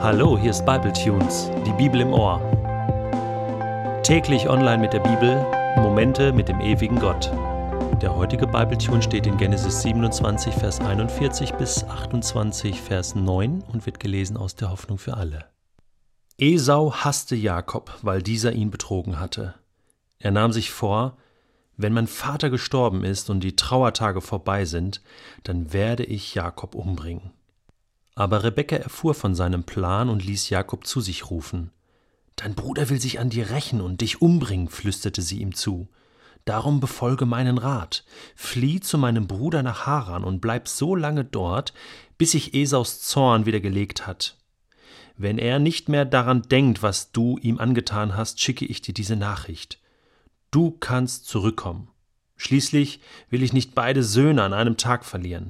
Hallo, hier ist Bibletunes, die Bibel im Ohr. Täglich online mit der Bibel, Momente mit dem ewigen Gott. Der heutige Bibletune steht in Genesis 27, Vers 41 bis 28, Vers 9 und wird gelesen aus der Hoffnung für alle. Esau hasste Jakob, weil dieser ihn betrogen hatte. Er nahm sich vor: Wenn mein Vater gestorben ist und die Trauertage vorbei sind, dann werde ich Jakob umbringen. Aber Rebekka erfuhr von seinem Plan und ließ Jakob zu sich rufen. »Dein Bruder will sich an dir rächen und dich umbringen«, flüsterte sie ihm zu. »Darum befolge meinen Rat. Flieh zu meinem Bruder nach Haran und bleib so lange dort, bis sich Esaus Zorn wieder gelegt hat. Wenn er nicht mehr daran denkt, was du ihm angetan hast, schicke ich dir diese Nachricht. Du kannst zurückkommen. Schließlich will ich nicht beide Söhne an einem Tag verlieren.«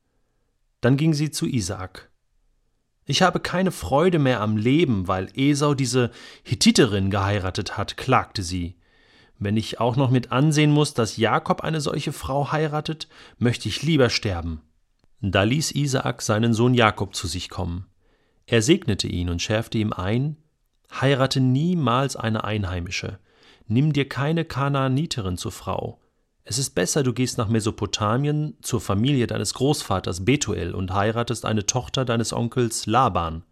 Dann ging sie zu Isaak. »Ich habe keine Freude mehr am Leben, weil Esau diese Hethiterin geheiratet hat«, klagte sie. »Wenn ich auch noch mit ansehen muss, dass Jakob eine solche Frau heiratet, möchte ich lieber sterben.« Da ließ Isaak seinen Sohn Jakob zu sich kommen. Er segnete ihn und schärfte ihm ein: »Heirate niemals eine Einheimische. Nimm dir keine Kanaaniterin zur Frau. Es ist besser, du gehst nach Mesopotamien zur Familie deines Großvaters Betuel und heiratest eine Tochter deines Onkels Laban.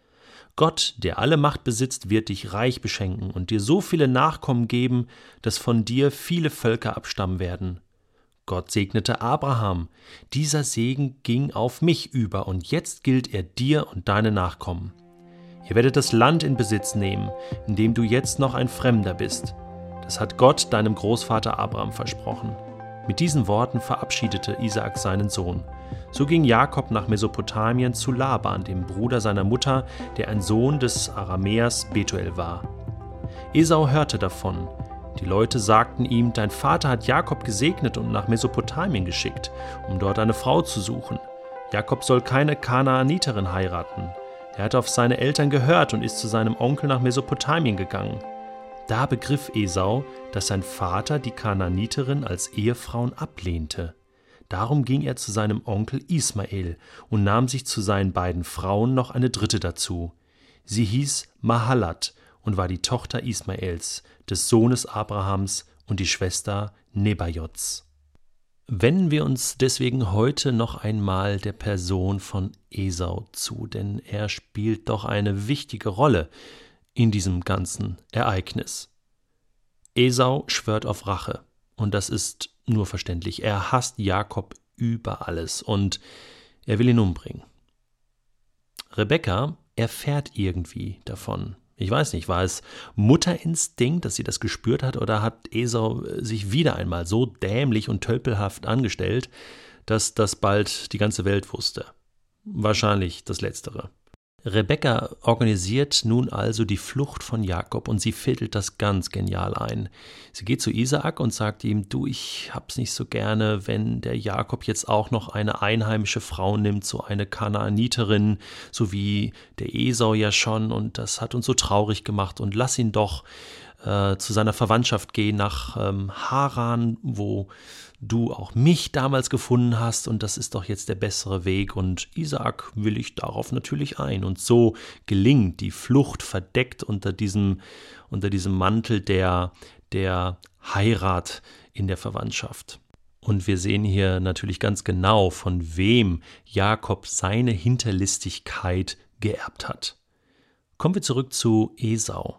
Gott, der alle Macht besitzt, wird dich reich beschenken und dir so viele Nachkommen geben, dass von dir viele Völker abstammen werden. Gott segnete Abraham. Dieser Segen ging auf mich über und jetzt gilt er dir und deine Nachkommen. Ihr werdet das Land in Besitz nehmen, in dem du jetzt noch ein Fremder bist. Das hat Gott deinem Großvater Abraham versprochen.« Mit diesen Worten verabschiedete Isaak seinen Sohn. So ging Jakob nach Mesopotamien zu Laban, dem Bruder seiner Mutter, der ein Sohn des Aramäers Betuel war. Esau hörte davon. Die Leute sagten ihm: »Dein Vater hat Jakob gesegnet und nach Mesopotamien geschickt, um dort eine Frau zu suchen. Jakob soll keine Kanaaniterin heiraten. Er hat auf seine Eltern gehört und ist zu seinem Onkel nach Mesopotamien gegangen.« Da begriff Esau, dass sein Vater die Kanaaniterin als Ehefrauen ablehnte. Darum ging er zu seinem Onkel Ismael und nahm sich zu seinen beiden Frauen noch eine dritte dazu. Sie hieß Mahalat und war die Tochter Ismaels, des Sohnes Abrahams, und die Schwester Nebajots. Wenden wir uns deswegen heute noch einmal der Person von Esau zu, denn er spielt doch eine wichtige Rolle in diesem ganzen Ereignis. Esau schwört auf Rache, und das ist nur verständlich. Er hasst Jakob über alles und er will ihn umbringen. Rebekka erfährt irgendwie davon. Ich weiß nicht, war es Mutterinstinkt, dass sie das gespürt hat, oder hat Esau sich wieder einmal so dämlich und tölpelhaft angestellt, dass das bald die ganze Welt wusste? Wahrscheinlich das Letztere. Rebekka organisiert nun also die Flucht von Jakob und sie fädelt das ganz genial ein. Sie geht zu Isaak und sagt ihm: »Du, ich hab's nicht so gerne, wenn der Jakob jetzt auch noch eine einheimische Frau nimmt, so eine Kanaaniterin, so wie der Esau ja schon, und das hat uns so traurig gemacht, und lass ihn doch zu seiner Verwandtschaft gehen nach Haran, wo du auch mich damals gefunden hast, und das ist doch jetzt der bessere Weg.« Und Isaak willigt darauf natürlich ein. Und so gelingt die Flucht verdeckt unter diesem Mantel der Heirat in der Verwandtschaft. Und wir sehen hier natürlich ganz genau, von wem Jakob seine Hinterlistigkeit geerbt hat. Kommen wir zurück zu Esau.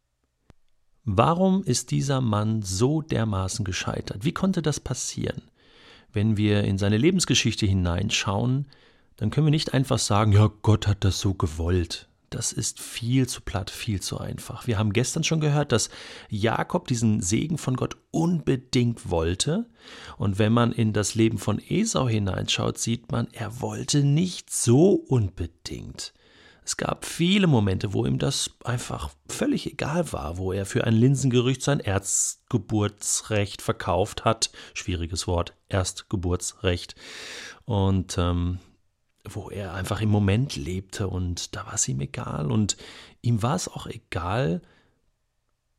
Warum ist dieser Mann so dermaßen gescheitert? Wie konnte das passieren? Wenn wir in seine Lebensgeschichte hineinschauen, dann können wir nicht einfach sagen: ja, Gott hat das so gewollt. Das ist viel zu platt, viel zu einfach. Wir haben gestern schon gehört, dass Jakob diesen Segen von Gott unbedingt wollte. Und wenn man in das Leben von Esau hineinschaut, sieht man, er wollte nicht so unbedingt. Es gab viele Momente, wo ihm das einfach völlig egal war, wo er für ein Linsengerücht sein Erstgeburtsrecht verkauft hat. Schwieriges Wort, Erstgeburtsrecht. Und wo er einfach im Moment lebte, und da war es ihm egal. Und ihm war es auch egal,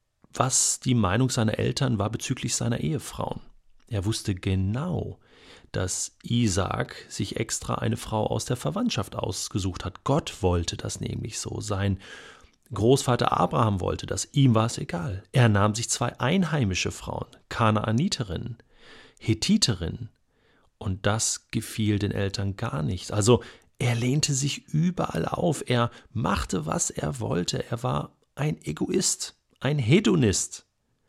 was die Meinung seiner Eltern war bezüglich seiner Ehefrauen. Er wusste genau, dass Isaak sich extra eine Frau aus der Verwandtschaft ausgesucht hat. Gott wollte das nämlich so. Sein Großvater Abraham wollte das. Ihm war es egal. Er nahm sich 2 einheimische Frauen, Kanaaniterinnen, Hethiterin. Und das gefiel den Eltern gar nicht. Also er lehnte sich überall auf. Er machte, was er wollte. Er war ein Egoist, ein Hedonist.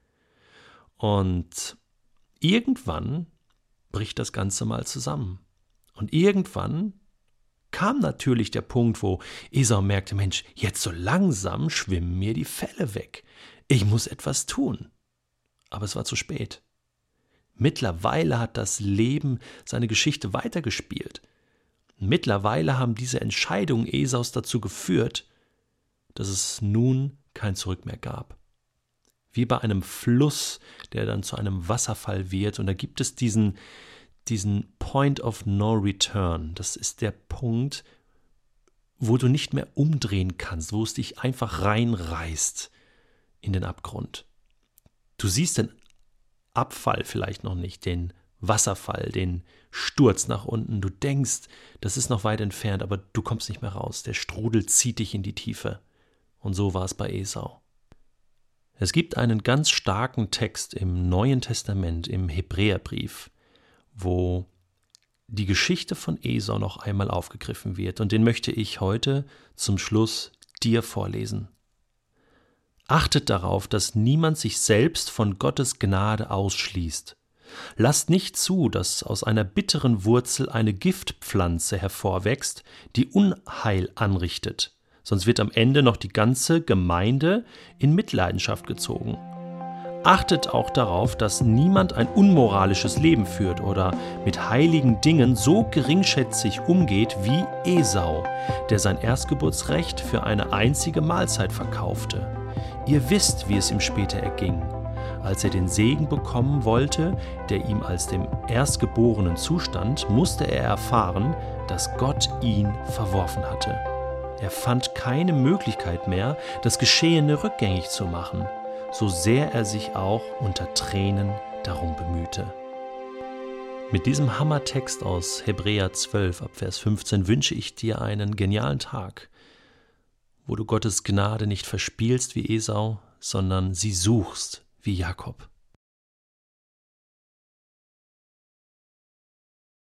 Und irgendwann bricht das Ganze mal zusammen. Und irgendwann kam natürlich der Punkt, wo Esau merkte, Mensch, jetzt so langsam schwimmen mir die Felle weg. Ich muss etwas tun. Aber es war zu spät. Mittlerweile hat das Leben seine Geschichte weitergespielt. Mittlerweile haben diese Entscheidungen Esaus dazu geführt, dass es nun kein Zurück mehr gab. Wie bei einem Fluss, der dann zu einem Wasserfall wird. Und da gibt es diesen Point of No Return. Das ist der Punkt, wo du nicht mehr umdrehen kannst, wo es dich einfach reinreißt in den Abgrund. Du siehst den Abfall vielleicht noch nicht, den Wasserfall, den Sturz nach unten. Du denkst, das ist noch weit entfernt, aber du kommst nicht mehr raus. Der Strudel zieht dich in die Tiefe. Und so war es bei Esau. Es gibt einen ganz starken Text im Neuen Testament, im Hebräerbrief, wo die Geschichte von Esau noch einmal aufgegriffen wird. Und den möchte ich heute zum Schluss dir vorlesen. Achtet darauf, dass niemand sich selbst von Gottes Gnade ausschließt. Lasst nicht zu, dass aus einer bitteren Wurzel eine Giftpflanze hervorwächst, die Unheil anrichtet. Sonst wird am Ende noch die ganze Gemeinde in Mitleidenschaft gezogen. Achtet auch darauf, dass niemand ein unmoralisches Leben führt oder mit heiligen Dingen so geringschätzig umgeht wie Esau, der sein Erstgeburtsrecht für eine einzige Mahlzeit verkaufte. Ihr wisst, wie es ihm später erging. Als er den Segen bekommen wollte, der ihm als dem Erstgeborenen zustand, musste er erfahren, dass Gott ihn verworfen hatte. Er fand keine Möglichkeit mehr, das Geschehene rückgängig zu machen, so sehr er sich auch unter Tränen darum bemühte. Mit diesem Hammertext aus Hebräer 12 ab Vers 15 wünsche ich dir einen genialen Tag, wo du Gottes Gnade nicht verspielst wie Esau, sondern sie suchst wie Jakob.